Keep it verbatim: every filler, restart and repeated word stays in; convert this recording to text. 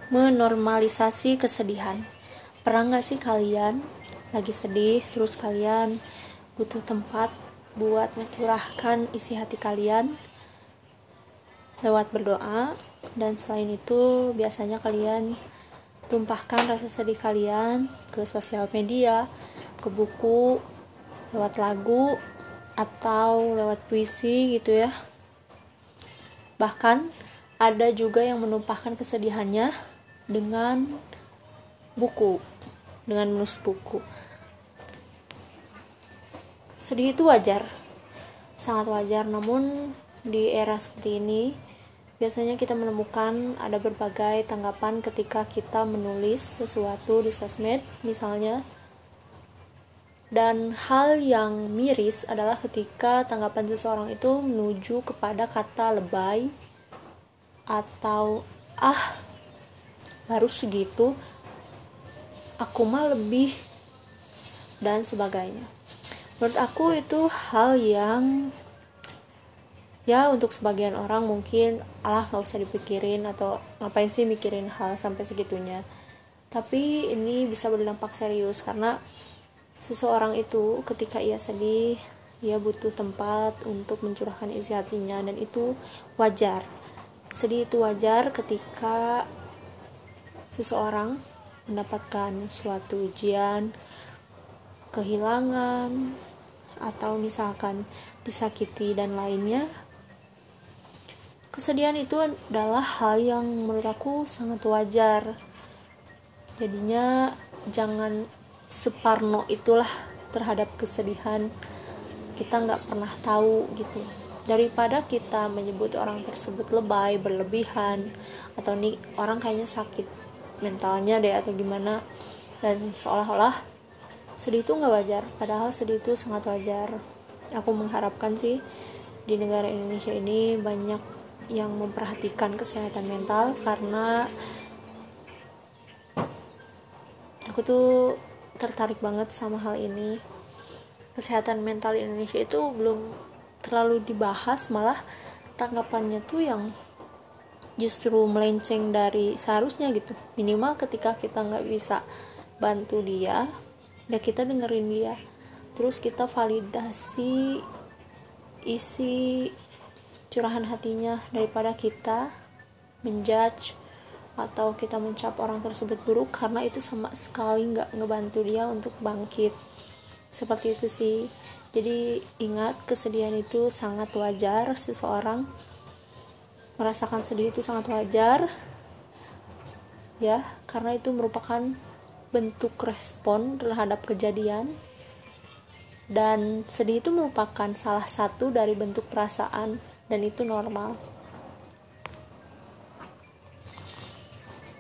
Menormalisasi kesedihan. Pernah gak sih kalian lagi sedih, terus kalian butuh tempat buat mencurahkan isi hati kalian lewat berdoa, dan selain itu biasanya kalian tumpahkan rasa sedih kalian ke sosial media, ke buku, lewat lagu, atau lewat puisi gitu ya. Bahkan ada juga yang menumpahkan kesedihannya dengan buku, dengan menulis buku. Sedih itu wajar, sangat wajar, namun di era seperti ini biasanya kita menemukan ada berbagai tanggapan ketika kita menulis sesuatu di sosmed misalnya. Dan hal yang miris adalah ketika tanggapan seseorang itu menuju kepada kata lebay atau ah baru segitu, aku mah lebih, dan sebagainya. Menurut aku itu hal yang ya untuk sebagian orang mungkin alah gak usah dipikirin, atau ngapain sih mikirin hal sampai segitunya. Tapi ini bisa berdampak serius karena seseorang itu ketika ia sedih, ia butuh tempat untuk mencurahkan isi hatinya, dan itu wajar. Sedih itu wajar ketika seseorang mendapatkan suatu ujian, kehilangan, atau misalkan disakiti dan lainnya. Kesedihan itu adalah hal yang menurut aku sangat wajar. Jadinya jangan separno itulah terhadap kesedihan. Kita gak pernah tahu gitu. Daripada kita menyebut orang tersebut lebay, berlebihan, atau nih orang kayaknya sakit mentalnya deh atau gimana, dan seolah-olah sedih itu gak wajar, padahal sedih itu sangat wajar. Aku mengharapkan sih di negara Indonesia ini banyak yang memperhatikan kesehatan mental, karena aku tuh tertarik banget sama hal ini. Kesehatan mental di Indonesia itu belum terlalu dibahas, malah tanggapannya tuh yang justru melenceng dari seharusnya gitu. Minimal ketika kita gak bisa bantu dia, ya kita dengerin dia, terus kita validasi isi curahan hatinya, daripada kita menjudge atau kita mencap orang tersebut buruk, karena itu sama sekali gak ngebantu dia untuk bangkit. Seperti itu sih. Jadi ingat, kesedihan itu sangat wajar. Seseorang merasakan sedih itu sangat wajar ya, karena itu merupakan bentuk respon terhadap kejadian, dan sedih itu merupakan salah satu dari bentuk perasaan, dan itu normal.